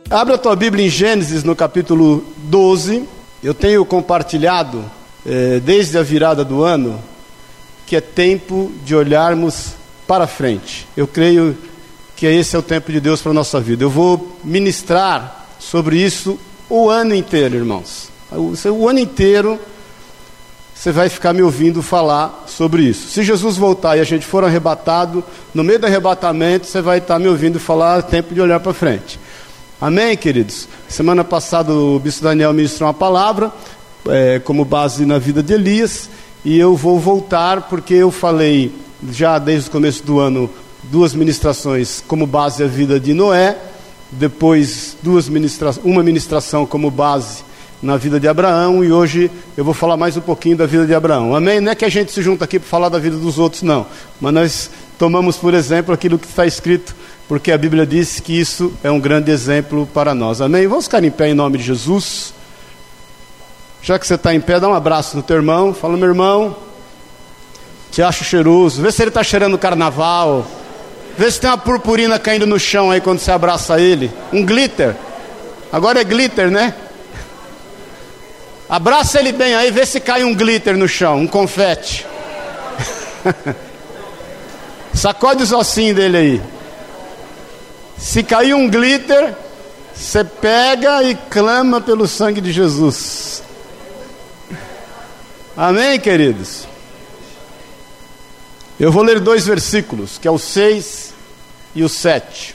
Abra a tua Bíblia em Gênesis, no capítulo 12. Eu tenho compartilhado, desde a virada do ano, que é tempo de olharmos para frente. Eu creio que esse é o tempo de Deus para a nossa vida. Eu vou ministrar sobre isso o ano inteiro, irmãos. O ano inteiro você vai ficar me ouvindo falar sobre isso. Se Jesus voltar e a gente for arrebatado, no meio do arrebatamento você vai estar me ouvindo falar, tempo de olhar para frente. Amém, queridos? Semana passada o bispo Daniel ministrou uma palavra como base na vida de Elias, e eu vou voltar porque eu falei já desde o começo do ano 2 ministrações como base a vida de Noé, depois uma ministração como base na vida de Abraão, e hoje eu vou falar mais um pouquinho da vida de Abraão. Amém? Não é que a gente se junta aqui para falar da vida dos outros, não, mas nós tomamos por exemplo aquilo que está escrito, porque a Bíblia diz que isso é um grande exemplo para nós. Amém? Vamos ficar em pé em nome de Jesus. Já que você está em pé, dá um abraço no teu irmão. Fala: meu irmão, te acho cheiroso. Vê se ele está cheirando carnaval. Vê se tem uma purpurina caindo no chão aí quando você abraça ele. Um glitter. Agora é glitter, né? Abraça ele bem aí, vê se cai um glitter no chão, um confete. Sacode os ossinhos dele aí. Se cair um glitter, você pega e clama pelo sangue de Jesus. Amém, queridos? Eu vou ler 2 versículos, que é o 6 e o 7.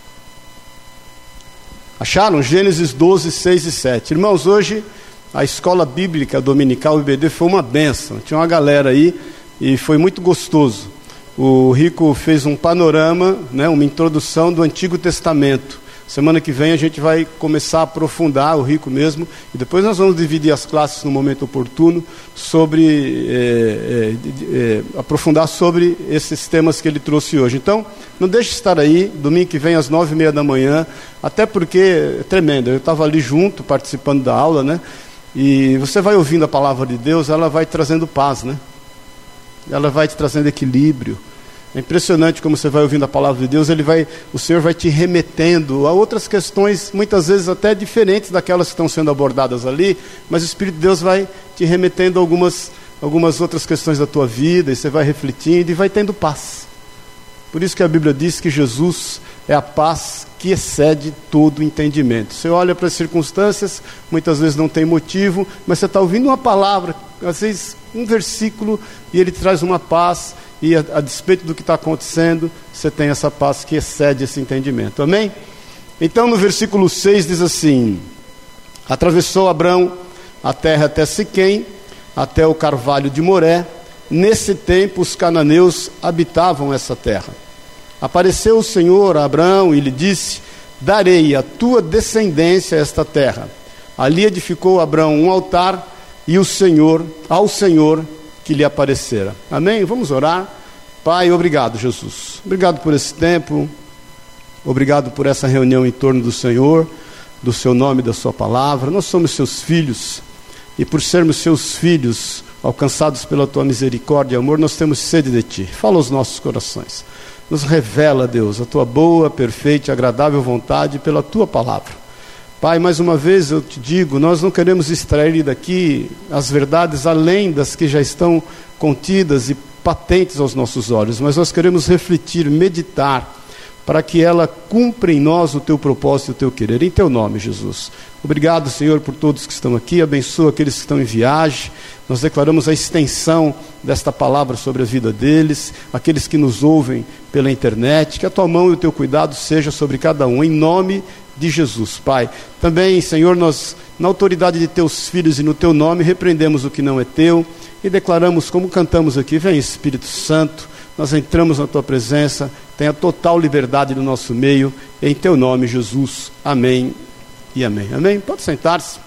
Acharam? Gênesis 12, 6 e 7. Irmãos, hoje a escola bíblica dominical IBD foi uma bênção. Tinha uma galera aí e foi muito gostoso. O Rico fez um panorama, uma introdução do Antigo Testamento. Semana que vem a gente vai começar a aprofundar, o Rico mesmo, e depois nós vamos dividir as classes no momento oportuno, aprofundar sobre esses temas que ele trouxe hoje. Então, não deixe de estar aí, domingo que vem às 9h30 da manhã, até porque é tremendo, eu estava ali junto, participando da aula, e você vai ouvindo a palavra de Deus, ela vai trazendo paz, ela vai te trazendo equilíbrio. É impressionante como você vai ouvindo a palavra de Deus, o Senhor vai te remetendo a outras questões, muitas vezes até diferentes daquelas que estão sendo abordadas ali, mas o Espírito de Deus vai te remetendo a algumas outras questões da tua vida, e você vai refletindo e vai tendo paz. Por isso que a Bíblia diz que Jesus é a paz que excede todo o entendimento. Você olha para as circunstâncias, muitas vezes não tem motivo, mas você está ouvindo uma palavra, às vezes um versículo, e ele traz uma paz, e a despeito do que está acontecendo, você tem essa paz que excede esse entendimento. Amém? Então no versículo 6 diz assim: atravessou Abrão a terra até Siquém, até o carvalho de Moré. Nesse tempo os cananeus habitavam essa terra. Apareceu o Senhor a Abrão e lhe disse: darei à tua descendência esta terra. Ali edificou Abrão um altar e ao Senhor que lhe aparecera. Amém? Vamos orar. Pai, obrigado, Jesus. Obrigado por esse tempo. Obrigado por essa reunião em torno do Senhor, do seu nome e da sua palavra. Nós somos seus filhos, e por sermos seus filhos, alcançados pela tua misericórdia e amor, nós temos sede de ti. Fala aos nossos corações. Nos revela, Deus, a tua boa, perfeita e agradável vontade pela tua palavra. Pai, mais uma vez eu te digo, nós não queremos extrair daqui as verdades além das que já estão contidas e patentes aos nossos olhos, mas nós queremos refletir, meditar, para que ela cumpra em nós o teu propósito e o teu querer. Em teu nome, Jesus. Obrigado, Senhor, por todos que estão aqui. Abençoa aqueles que estão em viagem. Nós declaramos a extensão desta palavra sobre a vida deles, aqueles que nos ouvem pela internet. Que a tua mão e o teu cuidado seja sobre cada um, em nome de Jesus, Pai. Também, Senhor, nós, na autoridade de teus filhos e no teu nome, repreendemos o que não é teu e declaramos, como cantamos aqui: vem Espírito Santo, nós entramos na tua presença, tenha total liberdade no nosso meio, em teu nome, Jesus. Amém e amém. Amém? Pode sentar-se.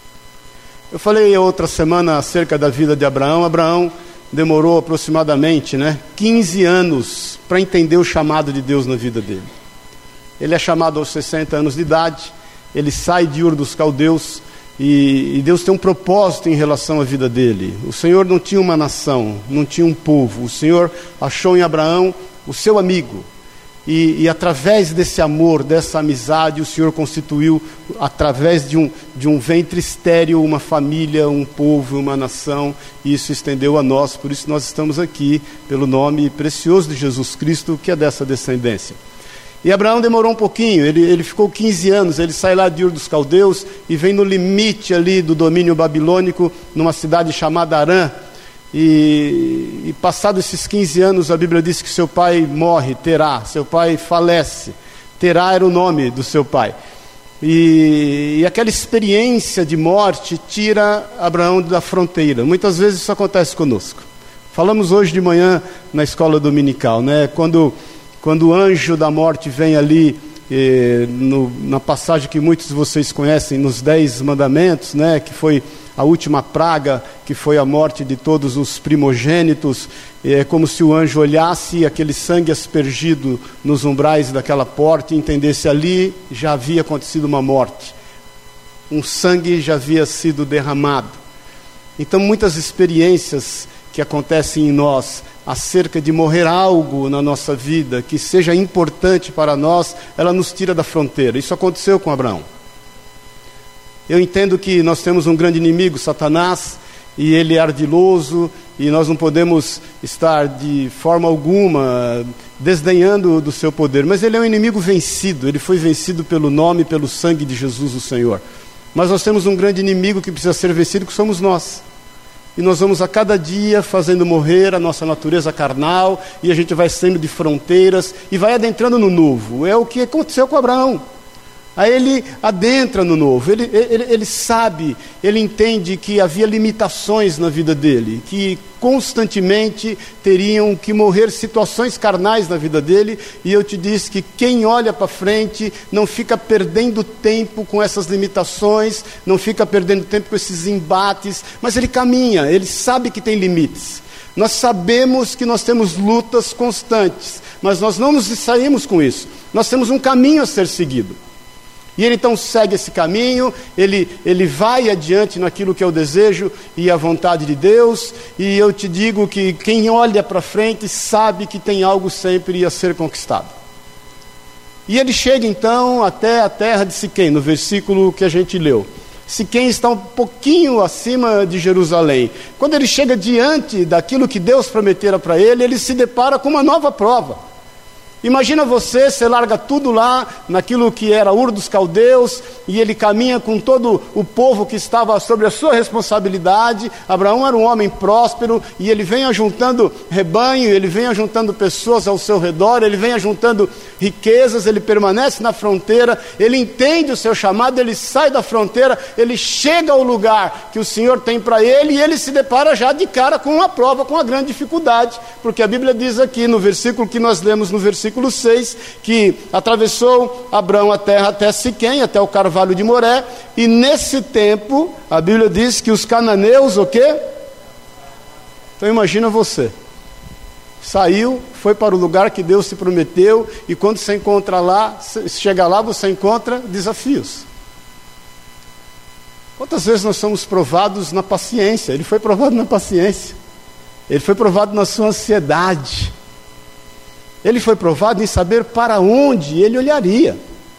Eu falei outra semana acerca da vida de Abraão. Abraão demorou aproximadamente 15 anos para entender o chamado de Deus na vida dele. Ele é chamado aos 60 anos de idade, ele sai de Ur dos Caldeus, e Deus tem um propósito em relação à vida dele. O Senhor não tinha uma nação, não tinha um povo. O Senhor achou em Abraão o seu amigo, E através desse amor, dessa amizade, o Senhor constituiu, através de um ventre estéril, uma família, um povo, uma nação, e isso estendeu a nós. Por isso nós estamos aqui, pelo nome precioso de Jesus Cristo, que é dessa descendência. E Abraão demorou um pouquinho, ele ficou 15 anos, ele sai lá de Ur dos Caldeus e vem no limite ali do domínio babilônico, numa cidade chamada Harã. E passados esses 15 anos, a Bíblia diz que seu pai morre, Terá, seu pai falece. Terá era o nome do seu pai. E aquela experiência de morte tira Abraão da fronteira. Muitas vezes isso acontece conosco. Falamos hoje de manhã na escola dominical, né? Quando o anjo da morte vem ali, na passagem que muitos de vocês conhecem, nos 10 mandamentos, né? Que foi a última praga, que foi a morte de todos os primogênitos. É como se o anjo olhasse aquele sangue aspergido nos umbrais daquela porta e entendesse: ali já havia acontecido uma morte, um sangue já havia sido derramado. Então muitas experiências que acontecem em nós acerca de morrer algo na nossa vida que seja importante para nós, ela nos tira da fronteira. Isso aconteceu com Abraão. Eu entendo que nós temos um grande inimigo, Satanás, e ele é ardiloso, e nós não podemos estar de forma alguma desdenhando do seu poder, mas ele é um inimigo vencido, ele foi vencido pelo nome e pelo sangue de Jesus o Senhor. Mas nós temos um grande inimigo que precisa ser vencido, que somos nós. E nós vamos a cada dia fazendo morrer a nossa natureza carnal, e a gente vai saindo de fronteiras e vai adentrando no novo. É o que aconteceu com Abraão. Aí ele adentra no novo, ele sabe, ele entende que havia limitações na vida dele, que constantemente teriam que morrer situações carnais na vida dele, e eu te disse que quem olha para frente não fica perdendo tempo com essas limitações, não fica perdendo tempo com esses embates, mas ele caminha, ele sabe que tem limites. Nós sabemos que nós temos lutas constantes, mas nós não nos distraímos com isso, nós temos um caminho a ser seguido. E ele então segue esse caminho, ele vai adiante naquilo que é o desejo e a vontade de Deus, e eu te digo que quem olha para frente sabe que tem algo sempre a ser conquistado. E ele chega então até a terra de Siquém, no versículo que a gente leu. Siquém está um pouquinho acima de Jerusalém. Quando ele chega diante daquilo que Deus prometera para ele, ele se depara com uma nova prova. Imagina você larga tudo lá, naquilo que era Ur dos Caldeus, e ele caminha com todo o povo que estava sobre a sua responsabilidade. Abraão era um homem próspero, e ele vem ajuntando rebanho, ele vem ajuntando pessoas ao seu redor, ele vem ajuntando riquezas, ele permanece na fronteira, ele entende o seu chamado, ele sai da fronteira, ele chega ao lugar que o Senhor tem para ele, e ele se depara já de cara com uma prova, com uma grande dificuldade, porque a Bíblia diz aqui no versículo que nós lemos no versículo 6, que atravessou Abraão a terra até Siquém, até o carvalho de Moré, e nesse tempo, a Bíblia diz que os cananeus, o quê? Então imagina você, saiu, foi para o lugar que Deus te prometeu, e quando você encontra lá, chega lá, você encontra desafios. Quantas vezes nós somos provados na paciência? Ele foi provado na paciência, ele foi provado na sua ansiedade, ele foi provado em saber para onde ele olharia.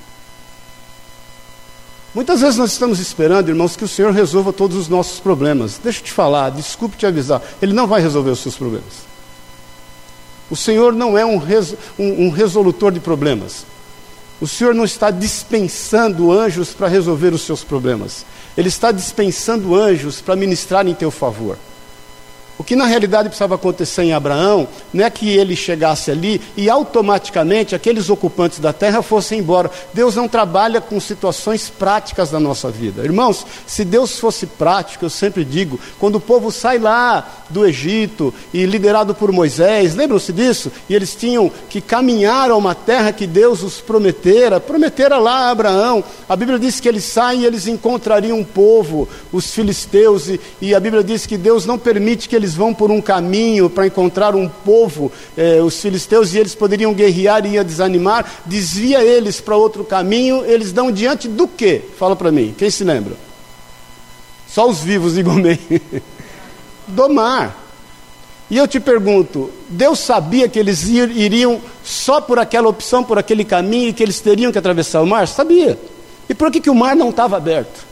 Muitas vezes nós estamos esperando, irmãos, que o Senhor resolva todos os nossos problemas. Deixa eu te falar, desculpe te avisar, Ele não vai resolver os seus problemas. O Senhor não é um resolutor de problemas. O Senhor não está dispensando anjos para resolver os seus problemas. Ele está dispensando anjos para ministrar em teu favor. O que na realidade precisava acontecer em Abraão, não é que ele chegasse ali e automaticamente aqueles ocupantes da terra fossem embora. Deus não trabalha com situações práticas da nossa vida. Irmãos, se Deus fosse prático, eu sempre digo, quando o povo sai lá do Egito e liderado por Moisés, lembram-se disso? E eles tinham que caminhar a uma terra que Deus os prometera lá a Abraão. A Bíblia diz que eles saem e eles encontrariam um povo, os filisteus, e a Bíblia diz que Deus não permite que eles vão por um caminho para encontrar um povo, os filisteus, e eles poderiam guerrear e ia desanimar, desvia eles para outro caminho. Eles dão diante do quê? Fala para mim, quem se lembra? Só os vivos, digam bem. Do mar. E eu te pergunto, Deus sabia que eles iriam só por aquela opção, por aquele caminho, e que eles teriam que atravessar o mar? Sabia. E por que o mar não estava aberto?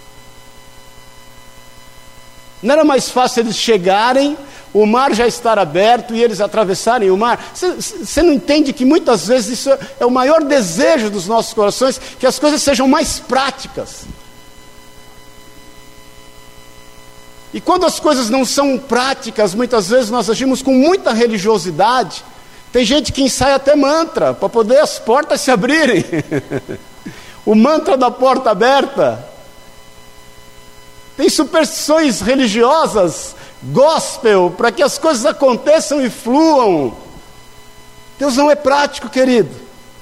Não era mais fácil eles chegarem, o mar já estar aberto e eles atravessarem o mar? Você não entende que muitas vezes isso é o maior desejo dos nossos corações, que as coisas sejam mais práticas. E quando as coisas não são práticas, muitas vezes nós agimos com muita religiosidade. Tem gente que ensaia até mantra, para poder as portas se abrirem. O mantra da porta aberta. Tem superstições religiosas, gospel, para que as coisas aconteçam e fluam. Deus não é prático, querido.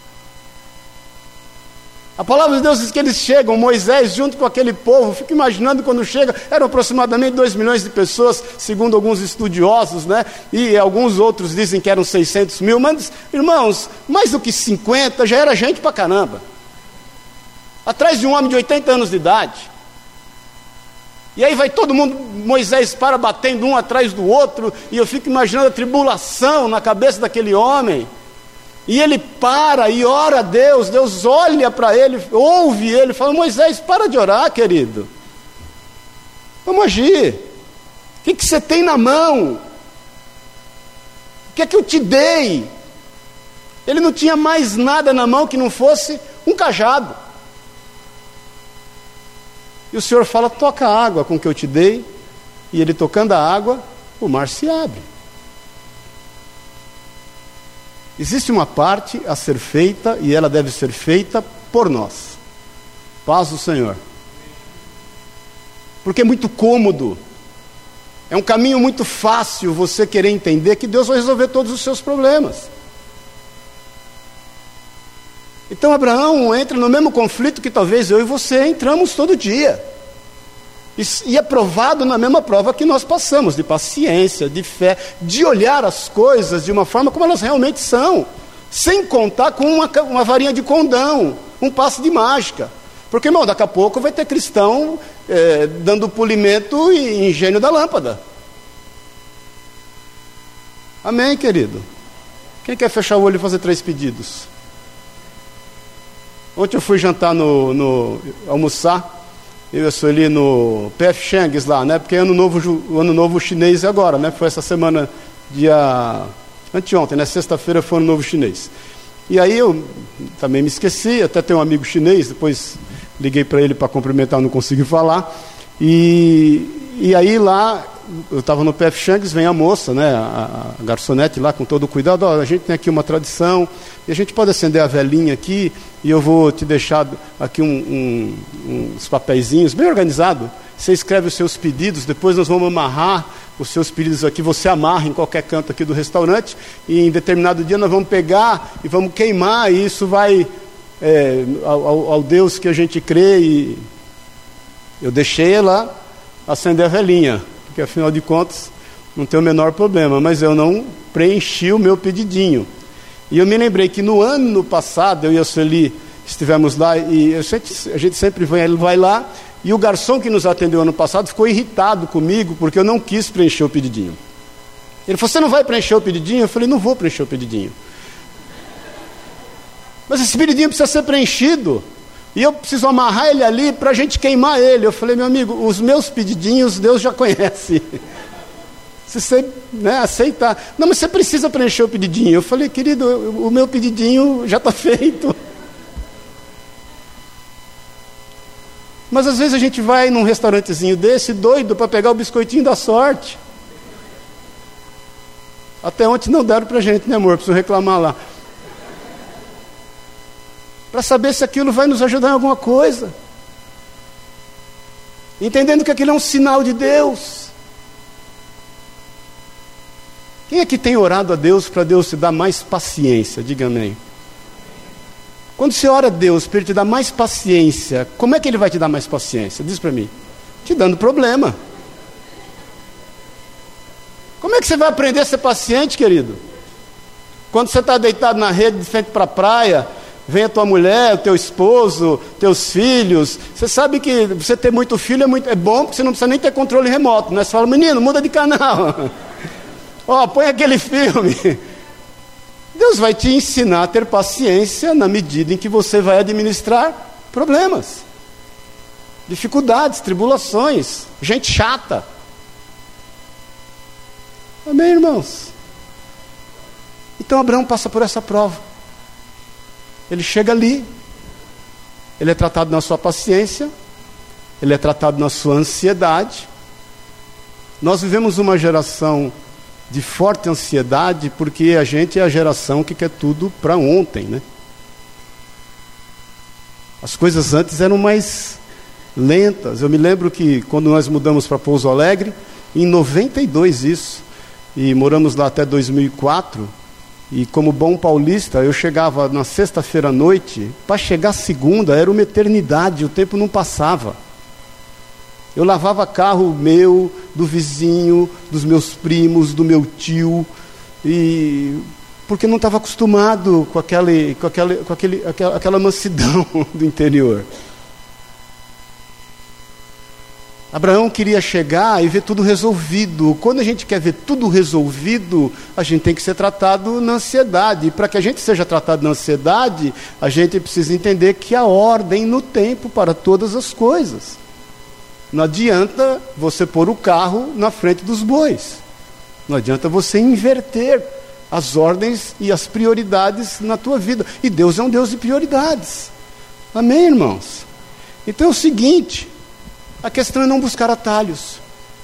A palavra de Deus diz que eles chegam, Moisés junto com aquele povo, fico imaginando quando chega, eram aproximadamente 2 milhões de pessoas, segundo alguns estudiosos, né? E alguns outros dizem que eram 600 mil, mas, irmãos, mais do que 50 já era gente pra caramba. Atrás de um homem de 80 anos de idade. E aí vai todo mundo, Moisés para batendo um atrás do outro, e eu fico imaginando a tribulação na cabeça daquele homem. E ele para e ora a Deus, Deus olha para ele, ouve ele, fala: Moisés, para de orar, querido. Vamos agir. O que você tem na mão? O que é que eu te dei? Ele não tinha mais nada na mão que não fosse um cajado. E o Senhor fala: toca a água com que eu te dei. E ele tocando a água, o mar se abre. Existe uma parte a ser feita, e ela deve ser feita por nós. Paz do Senhor. Porque é muito cômodo, é um caminho muito fácil você querer entender que Deus vai resolver todos os seus problemas. Então Abraão entra no mesmo conflito que talvez eu e você entramos todo dia. E é provado na mesma prova que nós passamos, de paciência, de fé, de olhar as coisas de uma forma como elas realmente são, sem contar com uma varinha de condão, um passe de mágica. Porque, irmão, daqui a pouco vai ter cristão dando polimento e engenho da lâmpada. Amém, querido? Quem quer fechar o olho e fazer 3 pedidos? Ontem eu fui jantar almoçar. Eu sou ali no PF Changs lá, né? Porque o ano novo chinês é agora, né? Foi essa semana, anteontem, né? Sexta-feira foi o ano novo chinês. E aí eu também me esqueci, até tenho um amigo chinês, depois liguei para ele para cumprimentar, não consegui falar. E aí lá, eu estava no PF Changs, vem a moça, né? A garçonete lá com todo o cuidado: a gente tem aqui uma tradição, e a gente pode acender a velinha aqui, e eu vou te deixar aqui uns papeizinhos, bem organizado. Você escreve os seus pedidos, depois nós vamos amarrar os seus pedidos aqui, você amarra em qualquer canto aqui do restaurante, e em determinado dia nós vamos pegar e vamos queimar, e isso vai ao Deus que a gente crê. E eu deixei lá acender a velinha, porque afinal de contas não tem o menor problema, mas eu não preenchi o meu pedidinho. E eu me lembrei que no ano passado, eu e a Sueli estivemos lá, e a gente sempre vai lá, e o garçom que nos atendeu ano passado ficou irritado comigo, porque eu não quis preencher o pedidinho. Ele falou: você não vai preencher o pedidinho? Eu falei: não vou preencher o pedidinho. Mas esse pedidinho precisa ser preenchido, e eu preciso amarrar ele ali para a gente queimar ele. Eu falei: meu amigo, os meus pedidinhos Deus já conhece. Se você aceitar. Não, mas você precisa preencher o pedidinho. Eu falei: querido, o meu pedidinho já está feito. Mas às vezes a gente vai num restaurantezinho desse, doido para pegar o biscoitinho da sorte. Até ontem não deram para a gente, né, amor? Preciso reclamar lá. Para saber se aquilo vai nos ajudar em alguma coisa. Entendendo que aquilo é um sinal de Deus. Quem é que tem orado a Deus para Deus te dar mais paciência? Diga amém. Quando você ora a Deus para Ele te dar mais paciência, como é que Ele vai te dar mais paciência? Diz para mim. Te dando problema. Como é que você vai aprender a ser paciente, querido? Quando você está deitado na rede de frente para a praia, vem a tua mulher, o teu esposo, teus filhos. Você sabe que você ter muito filho é bom, porque você não precisa nem ter controle remoto, né? Você fala: menino, muda de canal. Ó, põe aquele filme. Deus vai te ensinar a ter paciência na medida em que você vai administrar problemas, dificuldades, tribulações, gente chata. Amém, irmãos? Então Abraão passa por essa prova. Ele chega ali, ele é tratado na sua paciência, ele é tratado na sua ansiedade. Nós vivemos uma geração de forte ansiedade, porque a gente é a geração que quer tudo para ontem, né? As coisas antes eram mais lentas. Eu me lembro que quando nós mudamos para Pouso Alegre, em 92 isso, e moramos lá até 2004, e como bom paulista, eu chegava na sexta-feira à noite, para chegar segunda era uma eternidade, o tempo não passava. Eu lavava carro meu, do vizinho, dos meus primos, do meu tio, porque não estava acostumado com aquela mansidão do interior. Abraão queria chegar e ver tudo resolvido. Quando a gente quer ver tudo resolvido, a gente tem que ser tratado na ansiedade. E para que a gente seja tratado na ansiedade, a gente precisa entender que há ordem no tempo para todas as coisas. Não adianta você pôr o carro na frente dos bois. Não adianta você inverter as ordens e as prioridades na tua vida. E Deus é um Deus de prioridades. Amém, irmãos? Então é o seguinte, a questão é não buscar atalhos.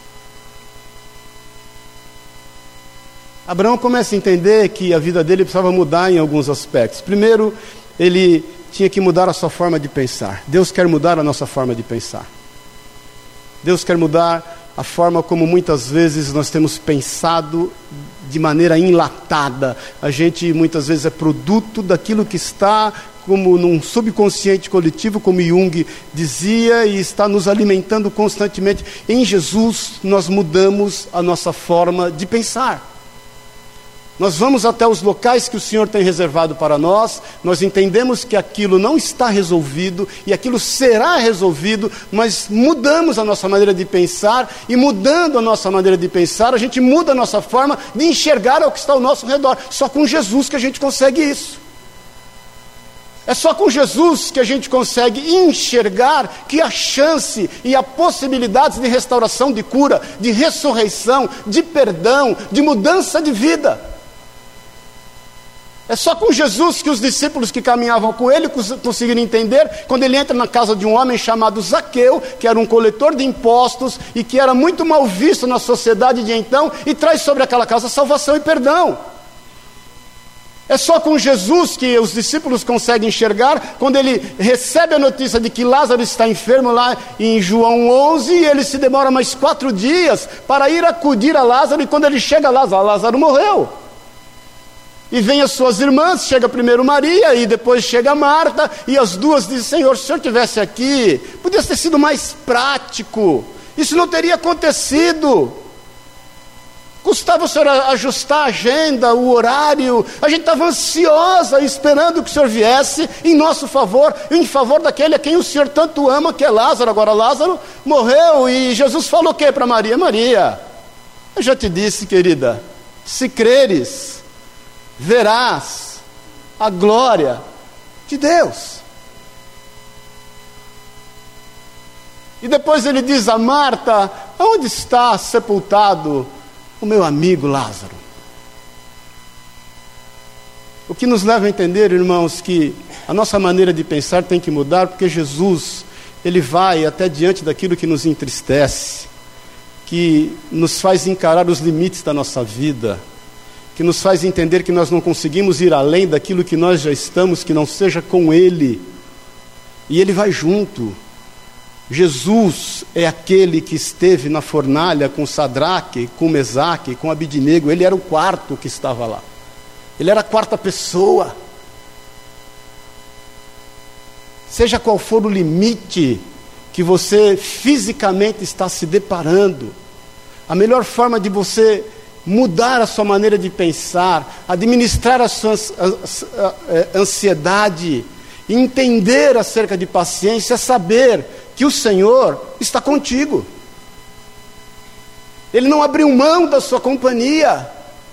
Abraão começa a entender que a vida dele precisava mudar em alguns aspectos. Primeiro, ele tinha que mudar a sua forma de pensar. Deus quer mudar a nossa forma de pensar. Deus quer mudar a forma como muitas vezes nós temos pensado de maneira enlatada. A gente muitas vezes é produto daquilo que está como num subconsciente coletivo, como Jung dizia, e está nos alimentando constantemente. Em Jesus nós mudamos a nossa forma de pensar. Nós vamos até os locais que o Senhor tem reservado para nós, nós entendemos que aquilo não está resolvido, e aquilo será resolvido, mas mudamos a nossa maneira de pensar, e mudando a nossa maneira de pensar, a gente muda a nossa forma de enxergar o que está ao nosso redor. Só com Jesus que a gente consegue isso. É só com Jesus que a gente consegue enxergar que a chance e a possibilidade de restauração, de cura, de ressurreição, de perdão, de mudança de vida. É só com Jesus que os discípulos que caminhavam com ele conseguiram entender, quando ele entra na casa de um homem chamado Zaqueu, que era um coletor de impostos e que era muito mal visto na sociedade de então, e traz sobre aquela casa salvação e perdão. É só com Jesus que os discípulos conseguem enxergar, quando ele recebe a notícia de que Lázaro está enfermo lá em João 11, e ele se demora mais 4 dias para ir acudir a Lázaro, e quando ele chega lá, Lázaro morreu. E vem as suas irmãs, chega primeiro Maria, e depois chega Marta, e as duas dizem: Senhor, se o Senhor estivesse aqui, podia ter sido mais prático, isso não teria acontecido. Custava o Senhor ajustar a agenda, o horário, a gente estava ansiosa, esperando que o Senhor viesse em nosso favor, em favor daquele a quem o Senhor tanto ama, que é Lázaro. Agora Lázaro morreu, e Jesus falou o que para Maria? Maria, eu já te disse, querida, se creres, verás a glória de Deus. E depois ele diz a Marta: onde está sepultado o meu amigo Lázaro? O que nos leva a entender, irmãos, que a nossa maneira de pensar tem que mudar, porque Jesus, ele vai até diante daquilo que nos entristece, que nos faz encarar os limites da nossa vida, que nos faz entender que nós não conseguimos ir além daquilo que nós já estamos, que não seja com ele, e ele vai junto. Jesus é aquele que esteve na fornalha com Sadraque, com Mesaque, com Abidnego. Ele era o quarto que estava lá, ele era a quarta pessoa. Seja qual for o limite que você fisicamente está se deparando, a melhor forma de você mudar a sua maneira de pensar, administrar a sua ansiedade, entender acerca de paciência, é saber que o Senhor está contigo. Ele não abriu mão da sua companhia.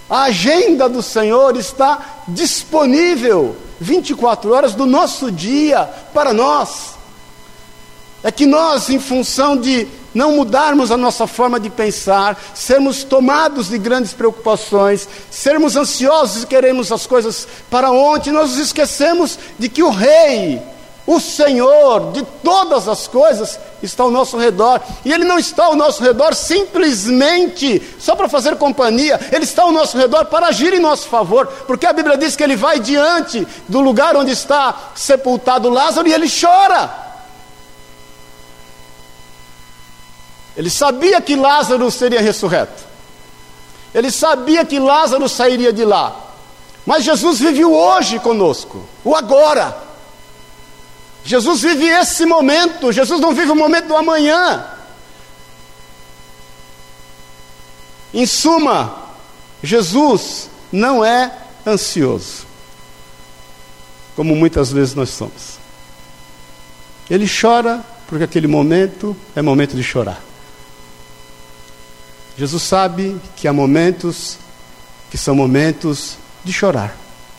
A agenda do Senhor está disponível 24 horas do nosso dia para nós. É que nós, em função de não mudarmos a nossa forma de pensar, sermos tomados de grandes preocupações, sermos ansiosos e queremos as coisas para ontem, nós nos esquecemos de que o Rei, o Senhor de todas as coisas, está ao nosso redor. E Ele não está ao nosso redor simplesmente só para fazer companhia. Ele está ao nosso redor para agir em nosso favor, porque a Bíblia diz que Ele vai diante do lugar onde está sepultado Lázaro e Ele chora. Ele sabia que Lázaro seria ressurreto. Ele sabia que Lázaro sairia de lá. Mas Jesus vive o hoje conosco, o agora. Jesus vive esse momento. Jesus não vive o momento do amanhã. Em suma, Jesus não é ansioso, como muitas vezes nós somos. Ele chora porque aquele momento é momento de chorar. Jesus sabe que há momentos que são momentos de chorar.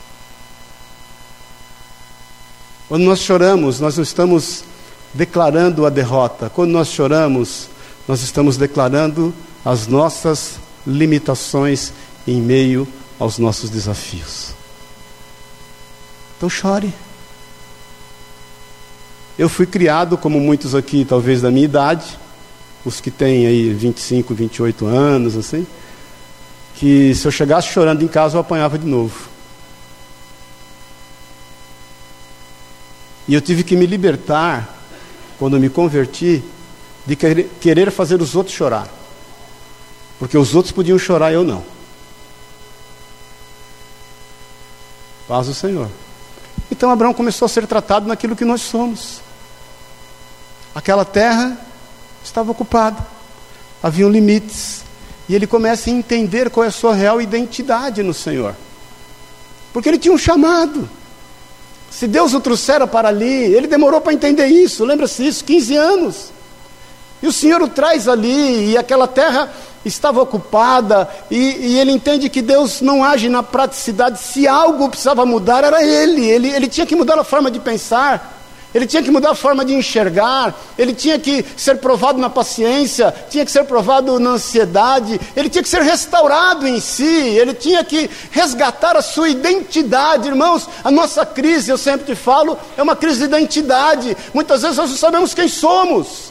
Quando nós choramos, nós não estamos declarando a derrota. Quando nós choramos, nós estamos declarando as nossas limitações em meio aos nossos desafios. Então chore. Eu fui criado, como muitos aqui, talvez da minha idade, os que têm aí 25, 28 anos, assim, que se eu chegasse chorando em casa, eu apanhava de novo. E eu tive que me libertar, quando eu me converti, de querer fazer os outros chorar. Porque os outros podiam chorar e eu não. Paz do Senhor. Então Abraão começou a ser tratado naquilo que nós somos. Aquela terra estava ocupada. Haviam limites. E ele começa a entender qual é a sua real identidade no Senhor. Porque ele tinha um chamado. Se Deus o trouxera para ali, ele demorou para entender isso, lembra-se disso, 15 anos. E o Senhor o traz ali, e aquela terra estava ocupada, e ele entende que Deus não age na praticidade. Se algo precisava mudar, era ele tinha que mudar a forma de pensar, ele tinha que mudar a forma de enxergar, ele tinha que ser provado na paciência, tinha que ser provado na ansiedade, ele tinha que ser restaurado em si, ele tinha que resgatar a sua identidade. Irmãos, a nossa crise, eu sempre te falo, é uma crise de identidade. Muitas vezes nós não sabemos quem somos.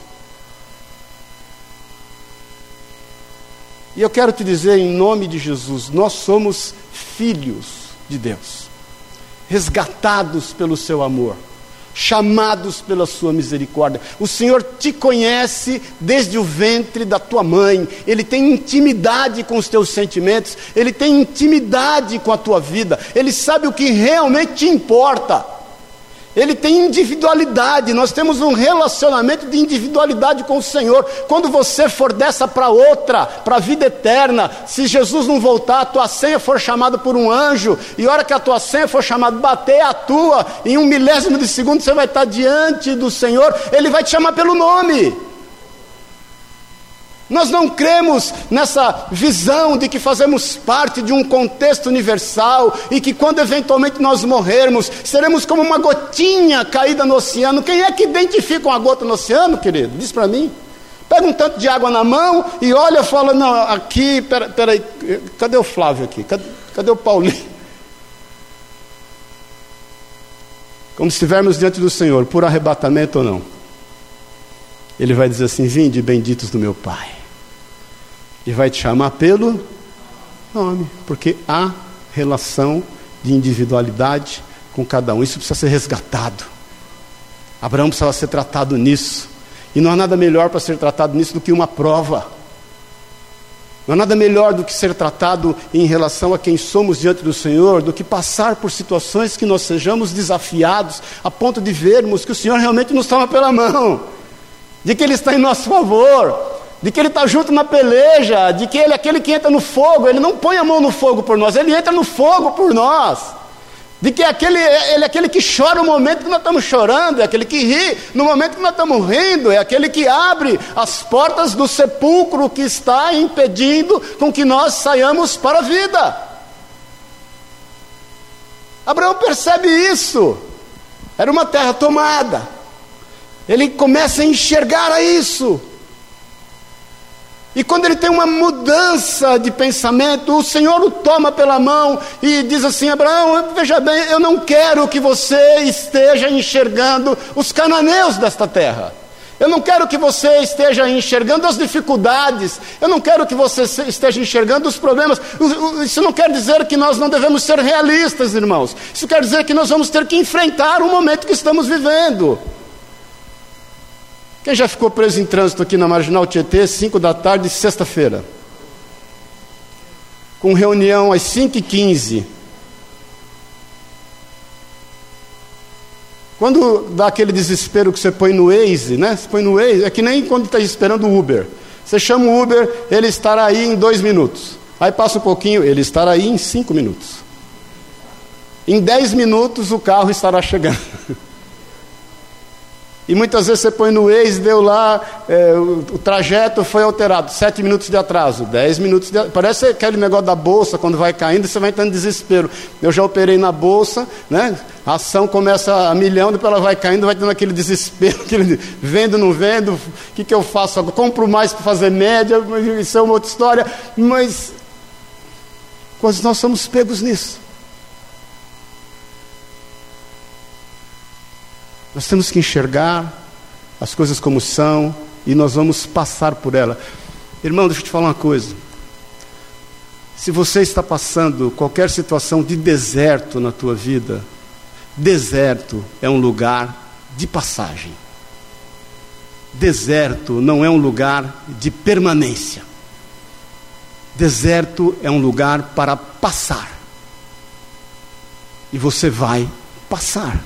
E eu quero te dizer, em nome de Jesus, nós somos filhos de Deus, resgatados pelo seu amor, chamados pela sua misericórdia. O Senhor te conhece desde o ventre da tua mãe. Ele tem intimidade com os teus sentimentos, Ele tem intimidade com a tua vida, Ele sabe o que realmente te importa. Ele tem individualidade. Nós temos um relacionamento de individualidade com o Senhor. Quando você for dessa para outra, para a vida eterna, se Jesus não voltar, a tua senha for chamada por um anjo, e a hora que a tua senha for chamada, bater a tua, em 1/1000 de segundo você vai estar diante do Senhor. Ele vai te chamar pelo nome. Nós não cremos nessa visão de que fazemos parte de um contexto universal e que quando eventualmente nós morrermos, seremos como uma gotinha caída no oceano. Quem é que identifica uma gota no oceano, querido? Diz para mim. Pega um tanto de água na mão e olha e fala, não, aqui, peraí, cadê o Flávio aqui? Cadê o Paulinho? Como se estivermos diante do Senhor, por arrebatamento ou não. Ele vai dizer assim, vinde benditos do meu Pai. E vai te chamar pelo nome, porque há relação de individualidade com cada um. Isso precisa ser resgatado. Abraão precisava ser tratado nisso. E não há nada melhor para ser tratado nisso do que uma prova. Não há nada melhor do que ser tratado em relação a quem somos diante do Senhor, do que passar por situações que nós sejamos desafiados, a ponto de vermos que o Senhor realmente nos toma pela mão, de que Ele está em nosso favor, de que Ele está junto na peleja, de que Ele é aquele que entra no fogo. Ele não põe a mão no fogo por nós, Ele entra no fogo por nós. De que Ele é aquele que chora no momento que nós estamos chorando, é aquele que ri no momento que nós estamos rindo, é aquele que abre as portas do sepulcro que está impedindo com que nós saiamos para a vida. Abraão percebe isso. Era uma terra tomada. Ele começa a enxergar isso. E quando ele tem uma mudança de pensamento, o Senhor o toma pela mão e diz assim: Abraão, veja bem, eu não quero que você esteja enxergando os cananeus desta terra. Eu não quero que você esteja enxergando as dificuldades. Eu não quero que você esteja enxergando os problemas. Isso não quer dizer que nós não devemos ser realistas, irmãos. Isso quer dizer que nós vamos ter que enfrentar o momento que estamos vivendo. Quem já ficou preso em trânsito aqui na Marginal Tietê, 5 da tarde, sexta-feira? Com reunião às 5h15. Quando dá aquele desespero que você põe no Waze, né? Você põe no Waze, é que nem quando está esperando o Uber. Você chama o Uber, ele estará aí em 2 minutos. Aí passa um pouquinho, ele estará aí em 5 minutos. Em 10 minutos o carro estará chegando. E muitas vezes você põe no Waze, deu lá, o trajeto foi alterado, 7 minutos de atraso, 10 minutos de atraso. Parece aquele negócio da bolsa, quando vai caindo, você vai entrando em desespero. Eu já operei na bolsa, né? A ação começa a milhão, depois ela vai caindo, vai tendo aquele desespero, vendo, não vendo, o que eu faço? Eu compro mais para fazer média, isso é uma outra história. Mas quando nós somos pegos nisso, nós temos que enxergar as coisas como são e nós vamos passar por ela. Irmão, deixa eu te falar uma coisa. Se você está passando qualquer situação de deserto na tua vida, deserto é um lugar de passagem. Deserto não é um lugar de permanência. Deserto é um lugar para passar. E você vai passar.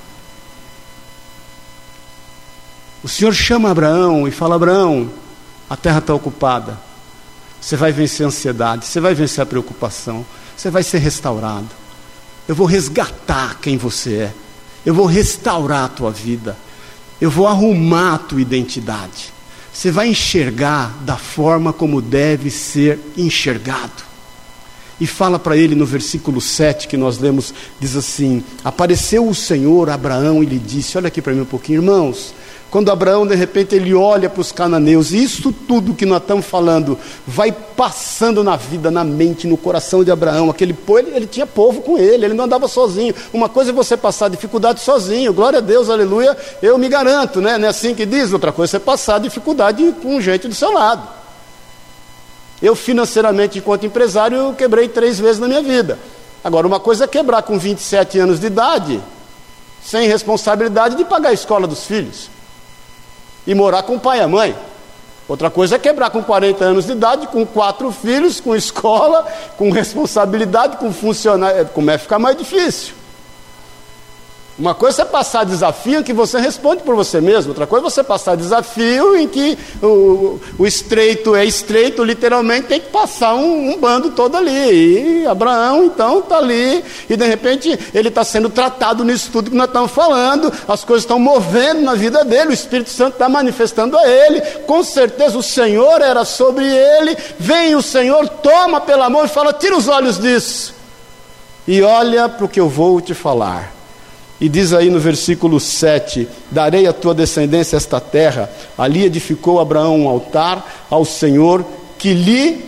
O Senhor chama Abraão e fala: Abraão, a terra está ocupada. Você vai vencer a ansiedade, você vai vencer a preocupação, você vai ser restaurado. Eu vou resgatar quem você é. Eu vou restaurar a tua vida. Eu vou arrumar a tua identidade. Você vai enxergar da forma como deve ser enxergado. E fala para ele no versículo 7 que nós lemos, diz assim: apareceu o Senhor a Abraão e lhe disse, olha aqui para mim um pouquinho, irmãos. Quando Abraão, de repente, ele olha para os cananeus, e isso tudo que nós estamos falando vai passando na vida, na mente, no coração de Abraão. Aquele povo, ele tinha povo com ele não andava sozinho. Uma coisa é você passar dificuldade sozinho, glória a Deus, aleluia, eu me garanto, né? Não é assim que diz. Outra coisa é você passar dificuldade com gente do seu lado. Eu, financeiramente, enquanto empresário, eu quebrei 3 vezes na minha vida. Agora, uma coisa é quebrar com 27 anos de idade, sem responsabilidade de pagar a escola dos filhos e morar com o pai e a mãe. Outra coisa é quebrar com 40 anos de idade, com 4 filhos, com escola, com responsabilidade, com funcionário. Como é ficar mais difícil? Uma coisa é passar desafio em que você responde por você mesmo. Outra coisa é você passar desafio em que o estreito é estreito, literalmente tem que passar um bando todo ali. E Abraão então está ali, e de repente ele está sendo tratado nisso tudo que nós estamos falando. As coisas estão movendo na vida dele, o Espírito Santo está manifestando a ele. Com certeza o Senhor era sobre ele. Vem o Senhor, toma pela mão e fala: tira os olhos disso e olha para o que eu vou te falar. E diz aí no versículo 7, darei à tua descendência esta terra. Ali edificou Abraão um altar ao Senhor que lhe...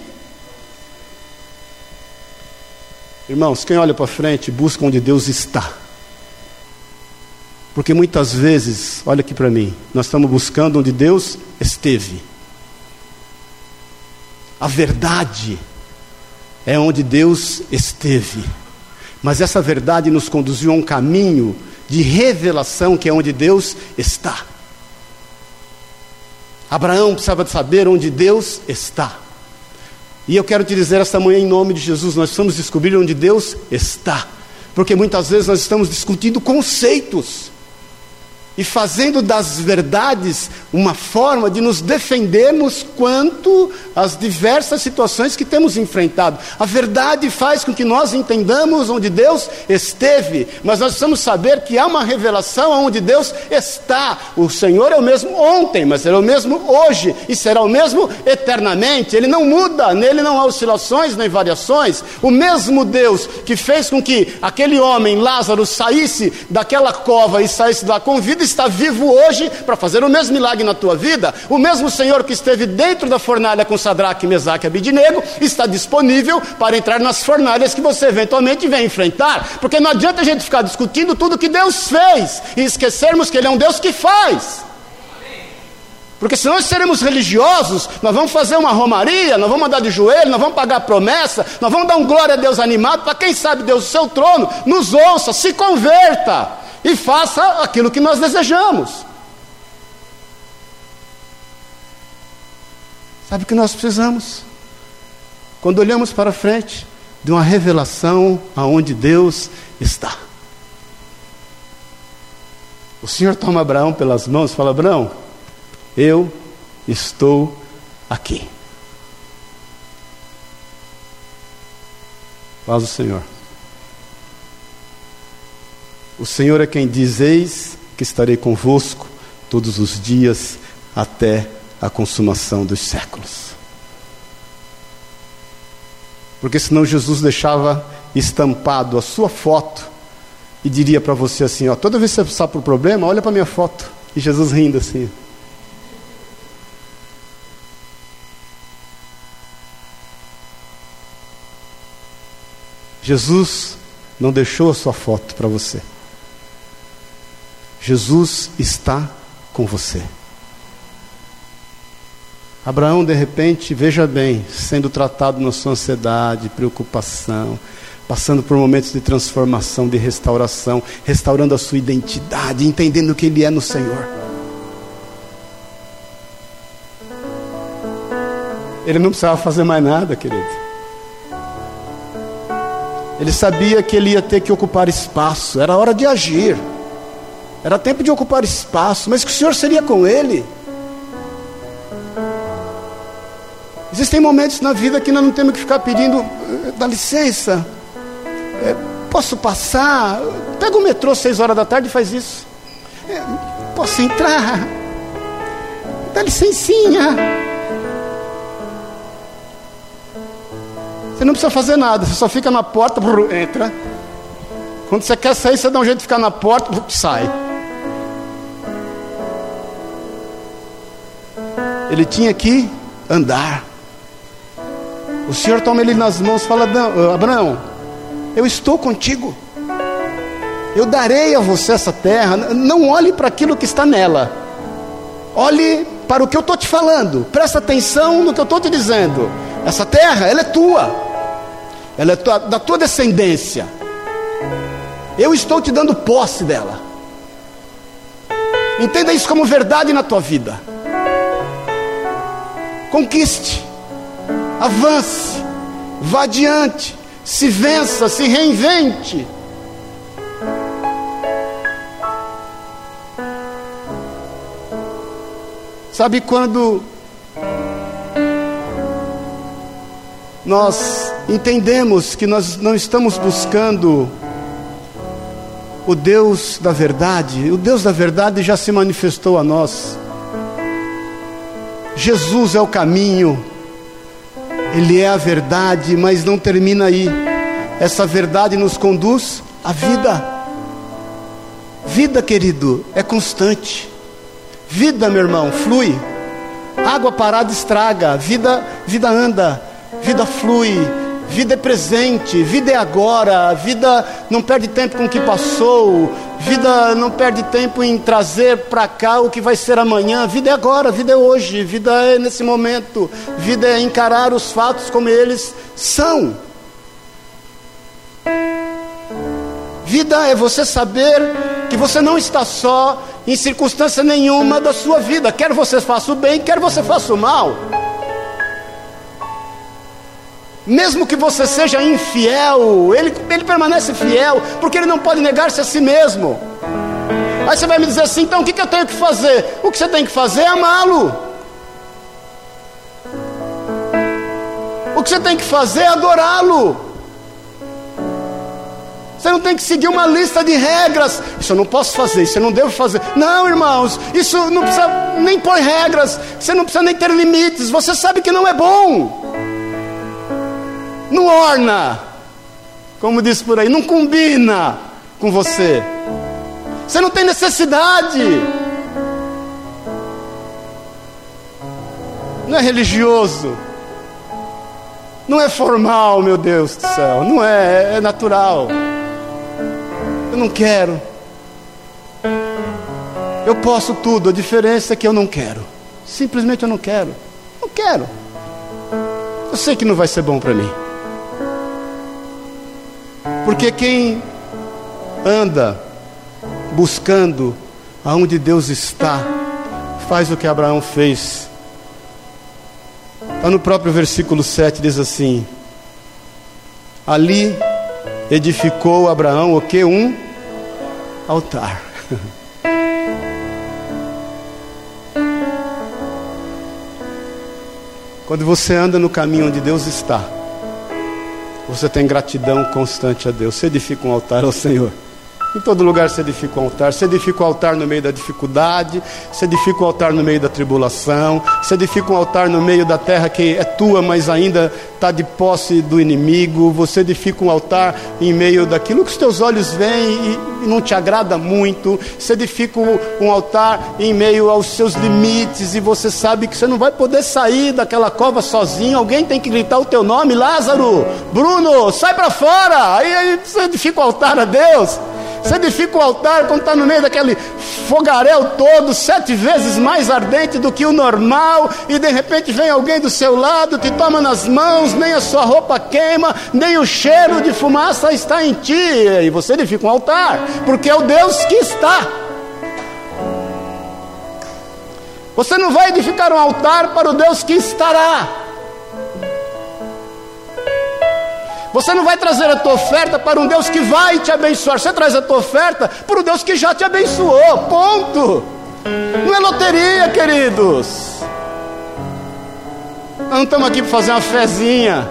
Irmãos, quem olha para frente, busca onde Deus está. Porque muitas vezes, olha aqui para mim, nós estamos buscando onde Deus esteve. A verdade é onde Deus esteve. Mas essa verdade nos conduziu a um caminho de revelação, que é onde Deus está. Abraão precisava de saber onde Deus está. E eu quero te dizer esta manhã, em nome de Jesus, nós precisamos descobrir onde Deus está. Porque muitas vezes nós estamos discutindo conceitos. e fazendo das verdades uma forma de nos defendermos quanto às diversas situações que temos enfrentado. A verdade faz com que nós entendamos onde Deus esteve, mas nós precisamos saber que há uma revelação onde Deus está. O Senhor é o mesmo ontem, mas Ele é o mesmo hoje e será o mesmo eternamente. Ele não muda, nele não há oscilações nem variações. O mesmo Deus que fez com que aquele homem, Lázaro, saísse daquela cova e saísse lá com vida, está vivo hoje para fazer o mesmo milagre na tua vida. O mesmo Senhor que esteve dentro da fornalha com Sadraque, Mesaque e Abidnego está disponível para entrar nas fornalhas que você eventualmente vem enfrentar, porque não adianta a gente ficar discutindo tudo que Deus fez e esquecermos que Ele é um Deus que faz. Porque se nós seremos religiosos, nós vamos fazer uma romaria, nós vamos andar de joelho, nós vamos pagar promessa, nós vamos dar um glória a Deus animado para quem sabe Deus do seu trono nos ouça, se converta e faça aquilo que nós desejamos. Sabe o que nós precisamos? Quando olhamos para frente, de uma revelação aonde Deus está. O Senhor toma Abraão pelas mãos e fala: Abraão, eu estou aqui. Faz o Senhor. O Senhor é quem diz: eis que estarei convosco todos os dias até a consumação dos séculos. Porque senão Jesus deixava estampado a sua foto e diria para você assim, ó, toda vez que você passar por problema, olha para minha foto. E Jesus rindo assim. Jesus não deixou a sua foto para você. Jesus está com você. Abraão, de repente, veja bem, sendo tratado na sua ansiedade, preocupação, passando por momentos de transformação, de restauração, restaurando a sua identidade, entendendo que Ele é no Senhor. Ele não precisava fazer mais nada, querido. Ele sabia que ele ia ter que ocupar espaço, era hora de agir. Era tempo de ocupar espaço, mas que o Senhor seria com ele. Existem momentos na vida que nós não temos que ficar pedindo, dá licença, posso passar? Pega o metrô 6 horas da tarde e faz isso. Posso entrar? Dá licencinha. Você não precisa fazer nada, você só fica na porta, entra. Quando você quer sair, você dá um jeito de ficar na porta, sai. Ele tinha que andar. O Senhor toma ele nas mãos e fala: Abraão, eu estou contigo. Eu darei a você essa terra. Não olhe para aquilo que está nela. Olhe para o que eu estou te falando. Presta atenção no que eu estou te dizendo. Essa terra, ela é tua. Ela é da tua descendência. Eu estou te dando posse dela. Entenda isso como verdade na tua vida. Conquiste, avance, vá adiante, se vença, se reinvente. Sabe quando nós entendemos que nós não estamos buscando o Deus da verdade, o Deus da verdade já se manifestou a nós. Jesus é o caminho, Ele é a verdade, mas não termina aí. Essa verdade nos conduz à vida. Vida, querido, é constante. Vida, meu irmão, flui. Água parada estraga. Vida anda. Vida flui. Vida é presente. Vida é agora. Vida não perde tempo com o que passou. Vida não perde tempo em trazer para cá o que vai ser amanhã. Vida é agora, vida é hoje, vida é nesse momento. Vida é encarar os fatos como eles são. Vida é você saber que você não está só em circunstância nenhuma da sua vida. Quer você faça o bem, quer você faça o mal. Mesmo que você seja infiel, ele permanece fiel, porque ele não pode negar-se a si mesmo. Aí você vai me dizer assim, então o que eu tenho que fazer? O que você tem que fazer é amá-lo. O que você tem que fazer é adorá-lo. Você não tem que seguir uma lista de regras. Isso eu não posso fazer, isso eu não devo fazer. Não, irmãos, isso não precisa nem pôr regras. Você não precisa nem ter limites. Você sabe que não é bom. Não orna, como diz por aí, não combina com você. Você não tem necessidade. Não é religioso. Não é formal, meu Deus do céu. Não é, é natural. Eu não quero. Eu posso tudo, a diferença é que eu não quero. Simplesmente eu não quero. Não quero. Eu sei que não vai ser bom para mim. Porque quem anda buscando aonde Deus está, faz o que Abraão fez. Está no próprio versículo 7, diz assim: ali edificou Abraão o que? Um altar. Quando você anda no caminho onde Deus está, você tem gratidão constante a Deus. Você edifica um altar ao Senhor. Em todo lugar você edifica um altar. Você edifica um altar no meio da dificuldade. Você edifica um altar no meio da tribulação. Você edifica um altar no meio da terra que é tua, mas ainda está de posse do inimigo. Você edifica um altar em meio daquilo que os teus olhos veem e não te agrada muito. Você edifica um altar em meio aos seus limites, e você sabe que você não vai poder sair daquela cova sozinho. Alguém tem que gritar o teu nome: Lázaro, Bruno, sai para fora. Aí você edifica o altar a Deus. Você edifica o altar quando está no meio daquele fogaréu todo, 7 vezes mais ardente do que o normal, e de repente vem alguém do seu lado, te toma nas mãos, nem a sua roupa queima, nem o cheiro de fumaça está em ti, e você edifica um altar, porque é o Deus que está. Você não vai edificar um altar para o Deus que estará. Você não vai trazer a tua oferta para um Deus que vai te abençoar. Você traz a tua oferta para o Deus que já te abençoou. Ponto. Não é loteria, queridos. Nós não estamos aqui para fazer uma fezinha.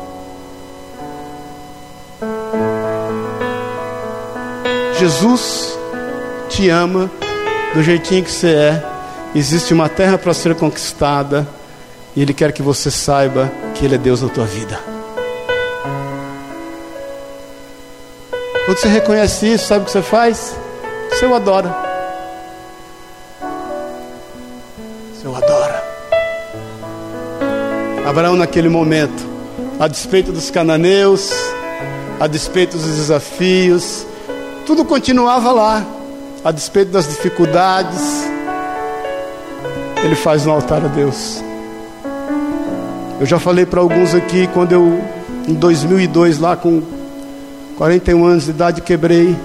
Jesus te ama do jeitinho que você é. Existe uma terra para ser conquistada, e Ele quer que você saiba que Ele é Deus na tua vida. Quando você reconhece isso, sabe o que você faz? Você o adora. Você o adora. Abraão, naquele momento, a despeito dos cananeus, a despeito dos desafios, tudo continuava lá. A despeito das dificuldades, ele faz um altar a Deus. Eu já falei para alguns aqui, quando eu, em 2002, lá com 41 anos de idade, quebrei.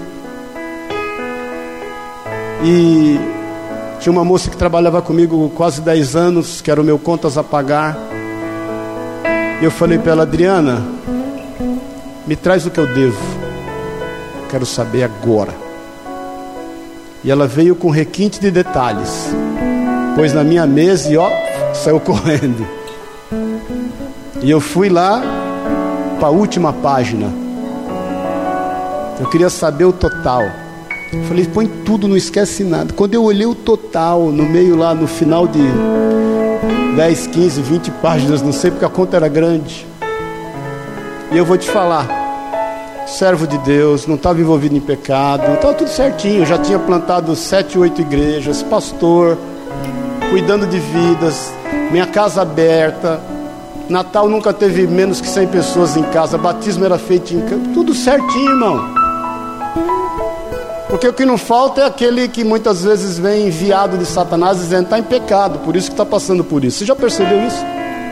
E tinha uma moça que trabalhava comigo quase 10 anos, que era o meu contas a pagar. E eu falei para ela: Adriana, me traz o que eu devo. Quero saber agora. E ela veio com requinte de detalhes. Pôs na minha mesa e saiu correndo. E eu fui lá para a última página. Eu queria saber o total. Eu falei: põe tudo, não esquece nada. Quando eu olhei o total, no meio lá, no final de 10, 15, 20 páginas, não sei, porque a conta era grande. E eu vou te falar, servo de Deus, não estava envolvido em pecado, estava tudo certinho. Eu já tinha plantado 7, 8 igrejas, pastor, cuidando de vidas, minha casa aberta. Natal nunca teve menos que 100 pessoas em casa, batismo era feito em casa, tudo certinho, irmão. Porque o que não falta é aquele que muitas vezes vem enviado de Satanás dizendo: está em pecado, por isso que está passando por isso. Você já percebeu isso?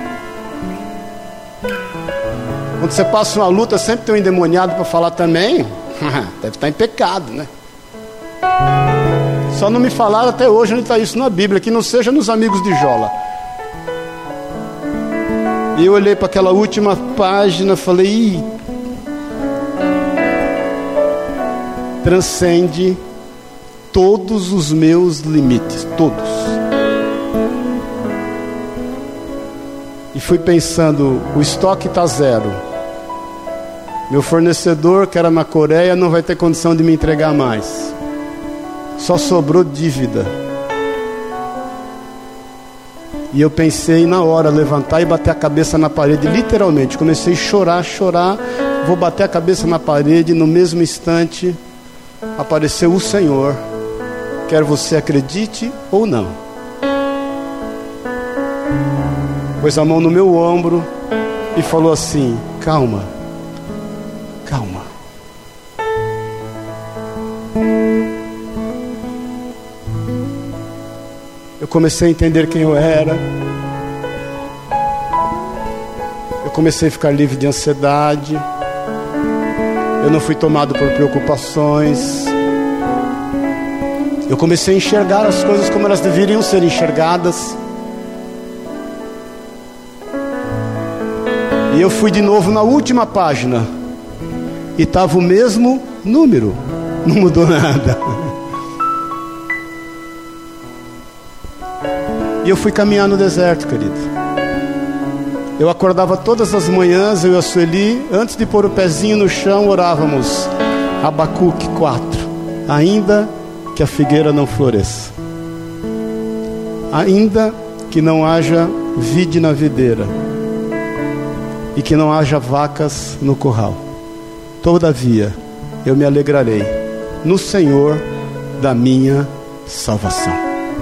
Quando você passa uma luta, sempre tem um endemoniado para falar também. Deve estar em pecado, né? Só não me falaram até hoje onde está isso na Bíblia, que não seja nos amigos de Jola. E eu olhei para aquela última página e falei: transcende todos os meus limites, todos. E fui pensando, o estoque está zero. Meu fornecedor, que era na Coreia, não vai ter condição de me entregar mais. Só sobrou dívida. E eu pensei na hora, levantar e bater a cabeça na parede, literalmente. Comecei a chorar, vou bater a cabeça na parede. No mesmo instante, apareceu o Senhor, quer você acredite ou não. Pôs a mão no meu ombro e falou assim: calma, calma. Eu comecei a entender quem eu era. Eu comecei a ficar livre de ansiedade. Eu não fui tomado por preocupações. Eu comecei a enxergar as coisas como elas deveriam ser enxergadas. E eu fui de novo na última página. E estava o mesmo número. Não mudou nada. E eu fui caminhar no deserto, querido. Eu acordava todas as manhãs, eu e a Sueli, antes de pôr o pezinho no chão, orávamos Abacuque 4. Ainda que a figueira não floresça, ainda que não haja vide na videira, e que não haja vacas no curral, todavia eu me alegrarei no Senhor da minha salvação.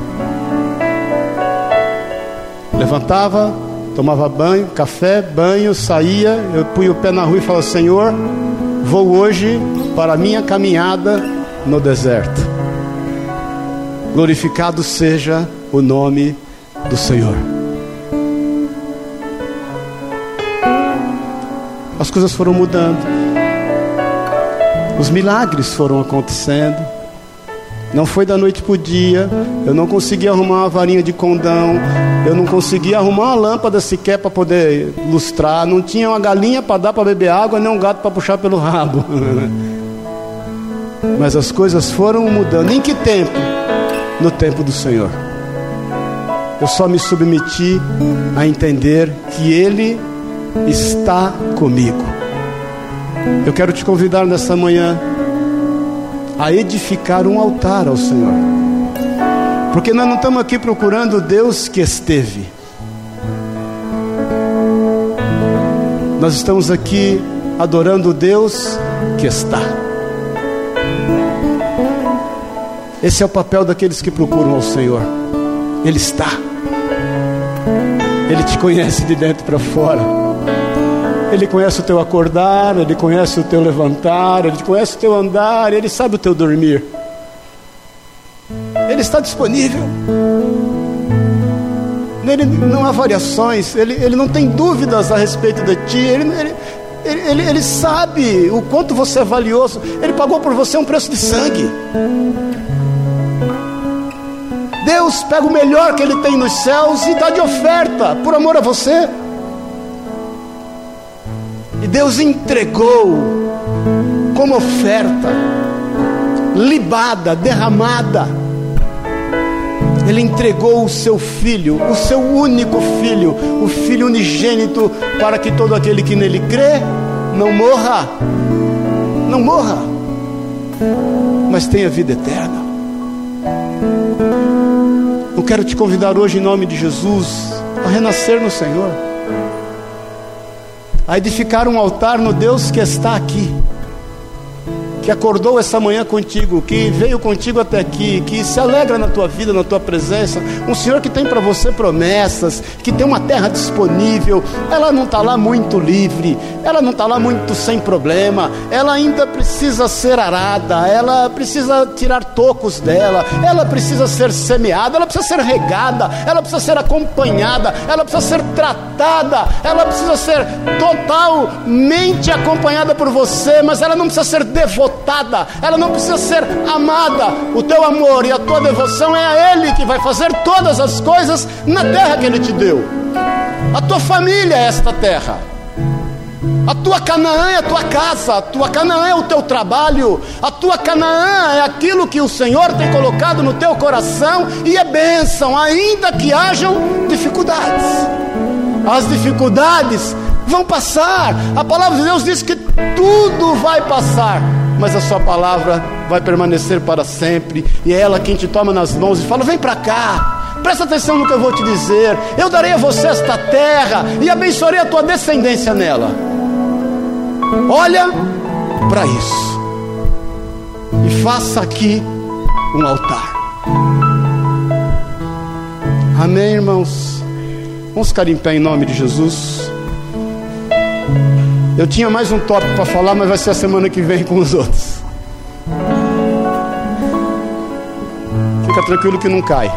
Levantava, tomava banho, café, banho, saía, eu punha o pé na rua e falava: Senhor, vou hoje para a minha caminhada no deserto. Glorificado seja o nome do Senhor. As coisas foram mudando, os milagres foram acontecendo. Não foi da noite para o dia. Eu não conseguia arrumar uma varinha de condão, eu não conseguia arrumar uma lâmpada sequer para poder lustrar. Não tinha uma galinha para dar para beber água, nem um gato para puxar pelo rabo. Mas as coisas foram mudando. Em que tempo? No tempo do Senhor. Eu só me submeti a entender que Ele está comigo. Eu quero te convidar nessa manhã a edificar um altar ao Senhor, porque nós não estamos aqui procurando o Deus que esteve. Nós estamos aqui adorando o Deus que está. Esse é o papel daqueles que procuram ao Senhor. Ele está. Ele te conhece de dentro para fora. Ele conhece o teu acordar, Ele conhece o teu levantar, Ele conhece o teu andar, Ele sabe o teu dormir. Ele está disponível. Nele não há variações. Ele não tem dúvidas a respeito de ti. Ele sabe o quanto você é valioso. Ele pagou por você um preço de sangue. Deus pega o melhor que Ele tem nos céus e dá de oferta por amor a você. E Deus entregou como oferta, libada, derramada. Ele entregou o seu Filho, o seu único Filho, o Filho unigênito, para que todo aquele que nele crê não morra, não morra, mas tenha vida eterna. Eu quero te convidar hoje, em nome de Jesus, a renascer no Senhor, a edificar um altar no Deus que está aqui, que acordou essa manhã contigo, que veio contigo até aqui, que se alegra na tua vida, na tua presença. Um Senhor que tem para você promessas, que tem uma terra disponível. Ela não está lá muito livre, ela não está lá muito sem problema, ela ainda precisa ser arada, ela precisa tirar tocos dela, ela precisa ser semeada, ela precisa ser regada, ela precisa ser acompanhada, ela precisa ser tratada, ela precisa ser totalmente acompanhada por você, mas ela não precisa ser devotada, ela não precisa ser amada. O teu amor e a tua devoção é a Ele que vai fazer todas as coisas na terra que Ele te deu. A tua família é esta terra, A tua Canaã é a tua casa, a tua Canaã é o teu trabalho, a tua Canaã é aquilo que o Senhor tem colocado no teu coração, e é bênção, ainda que hajam dificuldades. As dificuldades vão passar. A palavra de Deus diz que tudo vai passar, mas a sua palavra vai permanecer para sempre. E é ela quem te toma nas mãos e fala: vem para cá, presta atenção no que eu vou te dizer. Eu darei a você esta terra e abençoarei a tua descendência nela. Olha para isso e faça aqui um altar. Amém, irmãos? Vamos ficar em pé em nome de Jesus. Eu tinha mais um tópico para falar, mas vai ser a semana que vem com os outros. Fica tranquilo que não cai.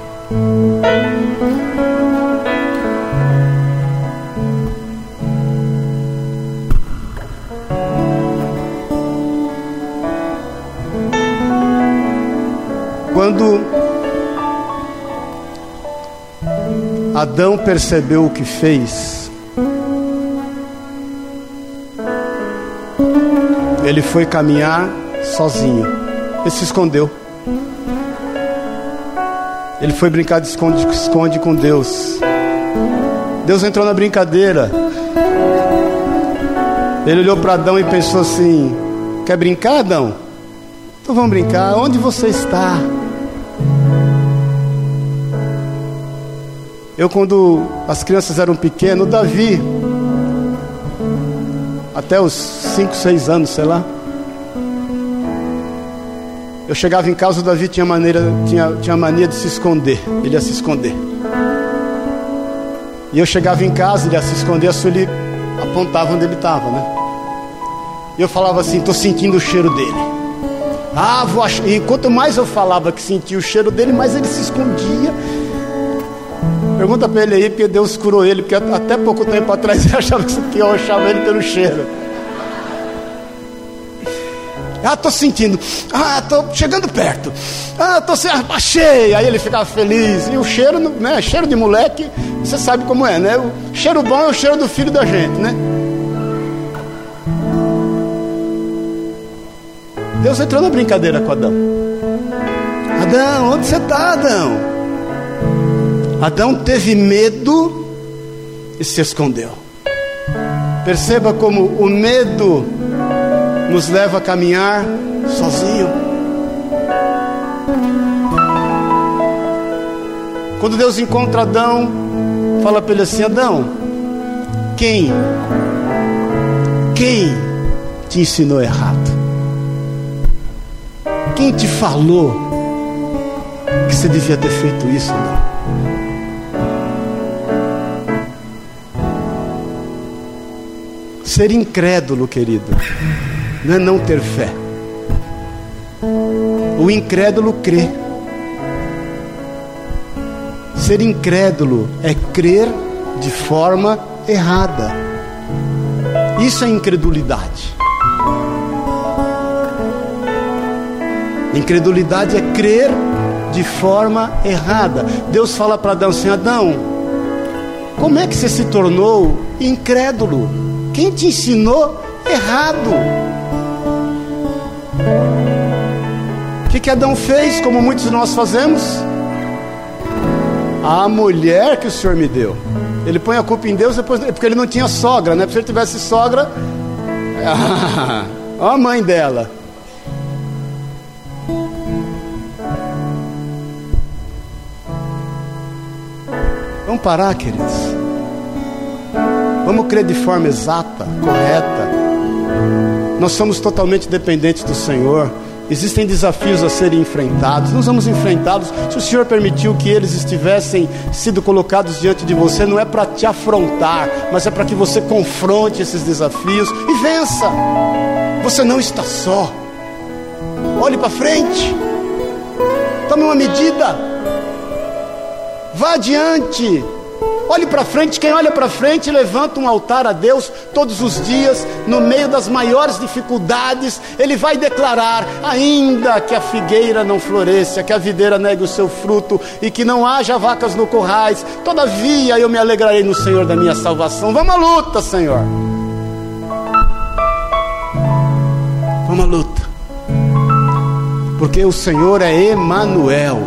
Quando Adão percebeu o que fez, ele foi caminhar sozinho. Ele se escondeu. Ele foi brincar de esconde-esconde com Deus. Deus entrou na brincadeira. Ele olhou para Adão e pensou assim: quer brincar, Adão? Então vamos brincar. Onde você está? Eu, quando as crianças eram pequenas, o Davi, até os 5, 6 anos, sei lá, eu chegava em casa, o Davi tinha mania de se esconder. Ele ia se esconder. E eu chegava em casa, ele ia se esconder, a Sueli apontava onde ele estava, né? E eu falava assim: estou sentindo o cheiro dele. E quanto mais eu falava que sentia o cheiro dele, mais ele se escondia. Pergunta para ele aí, porque Deus curou ele, porque até pouco tempo atrás ele achava que eu achava ele pelo cheiro. Estou sentindo. Estou chegando perto. Achei. Aí ele ficava feliz. E o cheiro, né? Cheiro de moleque, você sabe como é, né? O cheiro bom é o cheiro do filho da gente, né? Deus entrou na brincadeira com Adão. Adão, onde você está, Adão? Adão teve medo e se escondeu. Perceba como o medo nos leva a caminhar sozinho. Quando Deus encontra Adão, fala para ele assim: Adão, quem te ensinou errado? Quem te falou que você devia ter feito isso, Adão? Ser incrédulo, querido, não é não ter fé. O incrédulo crê. Ser incrédulo é crer de forma errada. Isso é incredulidade. Incredulidade é crer de forma errada. Deus fala para Adão assim: Adão, como é que você se tornou incrédulo? Quem te ensinou errado? O que Adão fez, como muitos de nós fazemos? A mulher que o Senhor me deu. Ele põe a culpa em Deus, depois, porque ele não tinha sogra, né? Se ele tivesse sogra, olha a mãe dela. Vamos parar, queridos. Vamos crer de forma exata, correta. Nós somos totalmente dependentes do Senhor. Existem desafios a serem enfrentados. Nós vamos enfrentá-los. Se o Senhor permitiu que eles estivessem sido colocados diante de você, não é para te afrontar, mas é para que você confronte esses desafios e vença. Você não está só. Olhe para frente. Tome uma medida. Vá adiante. Olhe para frente. Quem olha para frente levanta um altar a Deus todos os dias. No meio das maiores dificuldades, ele vai declarar: ainda que a figueira não floresça, que a videira negue o seu fruto e que não haja vacas no currais, todavia eu me alegrarei no Senhor da minha salvação. Vamos à luta, Senhor. uma luta. Porque o Senhor é Emanuel.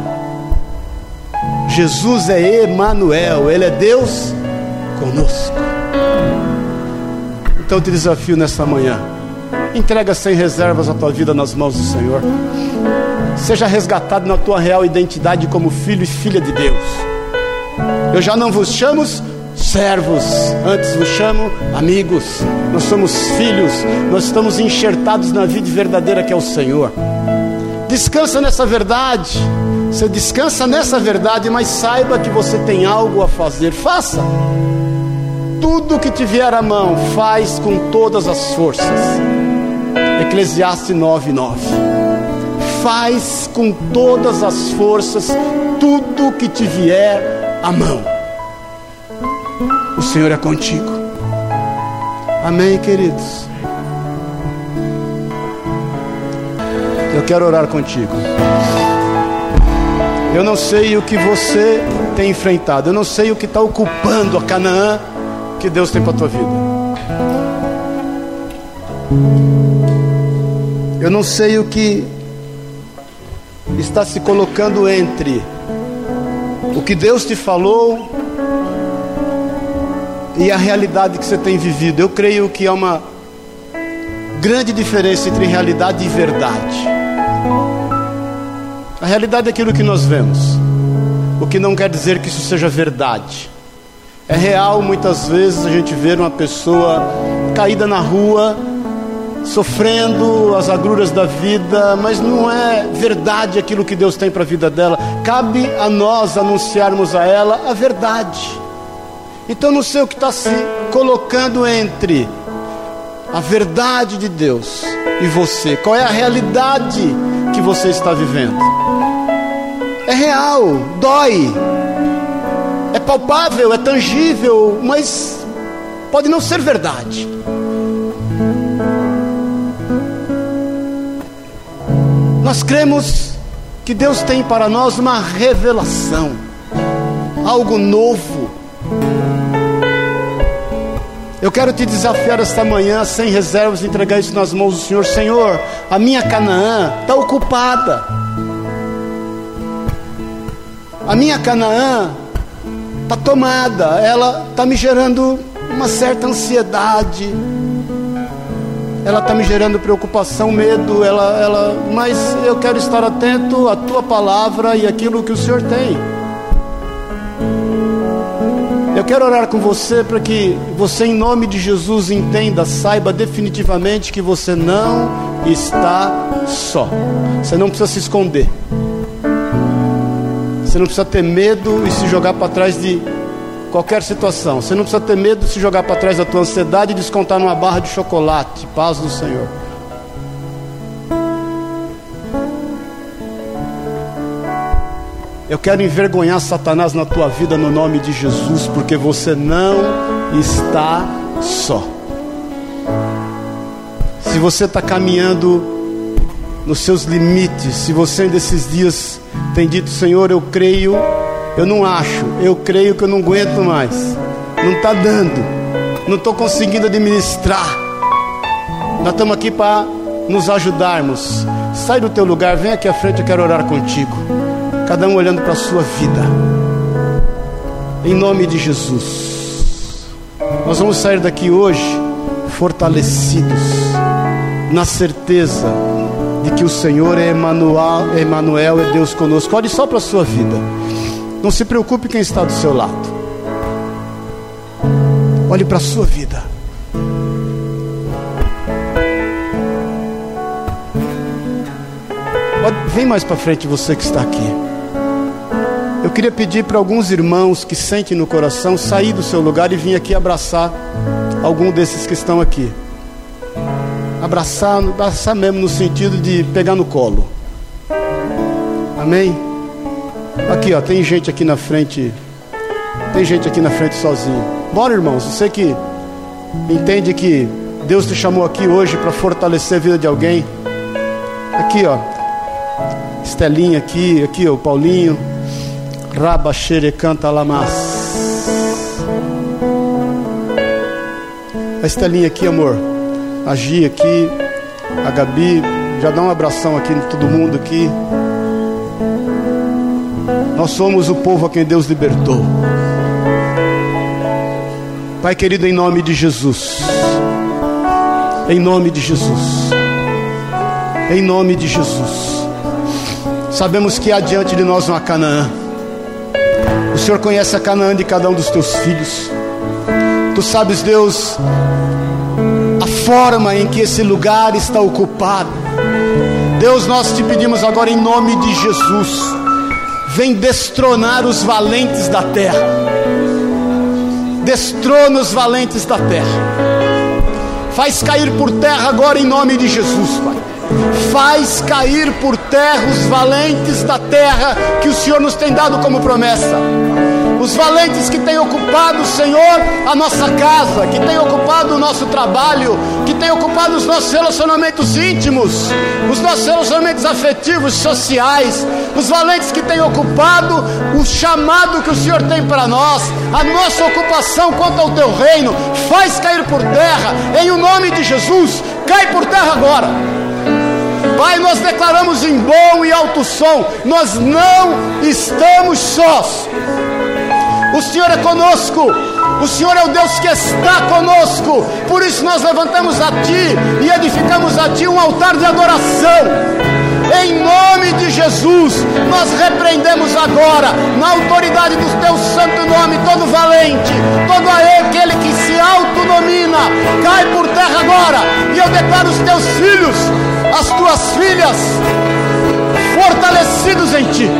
Jesus é Emanuel, Ele é Deus conosco. Então eu te desafio nessa manhã, entrega sem reservas a tua vida nas mãos do Senhor. Seja resgatado na tua real identidade como filho e filha de Deus. Eu já não vos chamo servos, antes vos chamo amigos. Nós somos filhos, nós estamos enxertados na vida verdadeira que é o Senhor. Descansa nessa verdade. Você descansa nessa verdade, mas saiba que você tem algo a fazer. Faça tudo que te vier à mão, faz com todas as forças. Eclesiastes 9:9. Faz com todas as forças tudo que te vier à mão. O Senhor é contigo. Amém, queridos? Eu quero orar contigo. Eu não sei o que você tem enfrentado. Eu não sei o que está ocupando a Canaã que Deus tem para a tua vida. Eu não sei o que está se colocando entre o que Deus te falou e a realidade que você tem vivido. Eu creio que há uma grande diferença entre realidade e verdade. A realidade é aquilo que nós vemos, o que não quer dizer que isso seja verdade. É real, muitas vezes a gente vê uma pessoa caída na rua, sofrendo as agruras da vida, mas não é verdade aquilo que Deus tem para a vida dela. Cabe a nós anunciarmos a ela a verdade. Então não sei o que está se colocando entre a verdade de Deus e você. Qual é a realidade que você está vivendo? É real, dói, é palpável, é tangível, mas pode não ser verdade. Nós cremos que Deus tem para nós uma revelação, algo novo. Eu quero te desafiar esta manhã, sem reservas, entregar isso nas mãos do Senhor. Senhor, a minha Canaã está ocupada. A minha Canaã está tomada. Ela está me gerando uma certa ansiedade. Ela está me gerando preocupação, medo. Mas eu quero estar atento à tua palavra e àquilo que o Senhor tem. Eu quero orar com você para que você, em nome de Jesus, entenda, saiba definitivamente que você não está só. Você não precisa se esconder. Você não precisa ter medo e se jogar para trás de qualquer situação. Você não precisa ter medo de se jogar para trás da tua ansiedade e descontar numa barra de chocolate. Paz do Senhor. Eu quero envergonhar Satanás na tua vida no nome de Jesus, porque você não está só. Se você está caminhando nos seus limites, se você nesses dias tem dito, Senhor, eu creio, eu não acho, eu creio que eu não aguento mais, não está dando, não estou conseguindo administrar. Nós estamos aqui para nos ajudarmos. Sai do teu lugar, vem aqui à frente, eu quero orar contigo. Cada um olhando para a sua vida. Em nome de Jesus. Nós vamos sair daqui hoje fortalecidos, na certeza de que o Senhor é Emanuel, é Deus conosco. Olhe só para a sua vida. Não se preocupe quem está do seu lado. Olhe para a sua vida. Vem mais para frente você que está aqui. Eu queria pedir para alguns irmãos que sentem no coração sair do seu lugar e vir aqui abraçar algum desses que estão aqui. Abraçar mesmo no sentido de pegar no colo. Amém? Aqui, ó, tem gente aqui na frente. Tem gente aqui na frente sozinho. Bora, irmãos, você que entende que Deus te chamou aqui hoje para fortalecer a vida de alguém. Aqui, ó, Estelinha aqui, ó, o Paulinho. Raba xere canta lamas. A Estelinha aqui, amor. A Gia aqui. a Gabi, já dá um abração aqui em todo mundo aqui. Nós somos o povo a quem Deus libertou. Pai querido, em nome de Jesus, em nome de Jesus, em nome de Jesus, sabemos que há diante de nós uma Canaã. O Senhor conhece a Canaã de cada um dos teus filhos. Tu sabes, Deus, a forma em que esse lugar está ocupado. Deus, nós te pedimos agora em nome de Jesus, vem destronar os valentes da terra. Destrona os valentes da terra. Faz cair por terra agora em nome de Jesus, Pai. Faz cair por terra os valentes da terra que o Senhor nos tem dado como promessa. Os valentes que têm ocupado, Senhor, a nossa casa, que têm ocupado o nosso trabalho, que têm ocupado os nossos relacionamentos íntimos, os nossos relacionamentos afetivos, sociais, os valentes que têm ocupado o chamado que o Senhor tem para nós, a nossa ocupação quanto ao teu reino, faz cair por terra, em o nome de Jesus. Cai por terra agora. Pai, nós declaramos em bom e alto som, nós não estamos sós. O Senhor é conosco, o Senhor é o Deus que está conosco. Por isso nós levantamos a Ti e edificamos a Ti um altar de adoração. Em nome de Jesus, nós repreendemos agora, na autoridade do Teu santo nome, todo valente, todo aquele que se autonomina, cai por terra agora. E eu declaro os Teus filhos, as Tuas filhas, fortalecidos em Ti.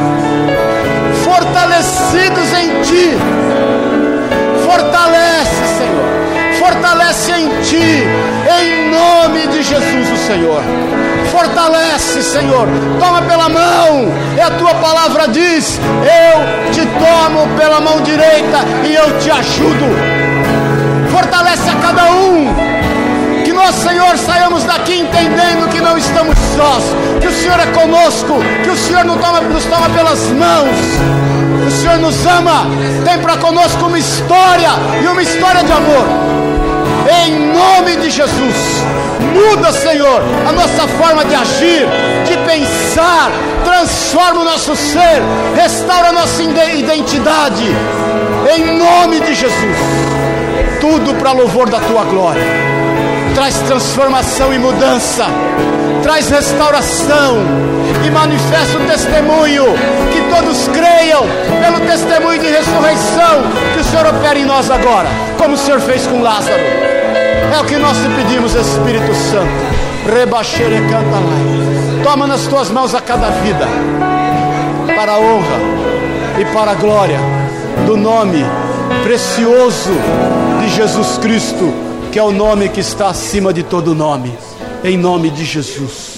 Fortalecidos em Ti. Fortalece, Senhor. Fortalece em Ti. Em nome de Jesus, o Senhor. Fortalece, Senhor. Toma pela mão. E a Tua palavra diz: eu te tomo pela mão direita e eu te ajudo. Fortalece a cada um. Que nós, Senhor, saiamos daqui entendendo que não estamos sós, que o Senhor é conosco, que o Senhor nos toma pelas mãos. O Senhor nos ama, tem para conosco uma história, e uma história de amor. Em nome de Jesus, muda, Senhor, a nossa forma de agir, de pensar, transforma o nosso ser, restaura a nossa identidade. Em nome de Jesus, tudo para louvor da Tua glória. Traz transformação e mudança, traz restauração e manifesta o testemunho, que todos creiam pelo testemunho de ressurreição que o Senhor opera em nós agora, como o Senhor fez com Lázaro. É o que nós te pedimos, Espírito Santo. Rebaxere canta lá. Toma nas Tuas mãos a cada vida, para a honra e para a glória do nome precioso de Jesus Cristo, que é o nome que está acima de todo nome. Em nome de Jesus.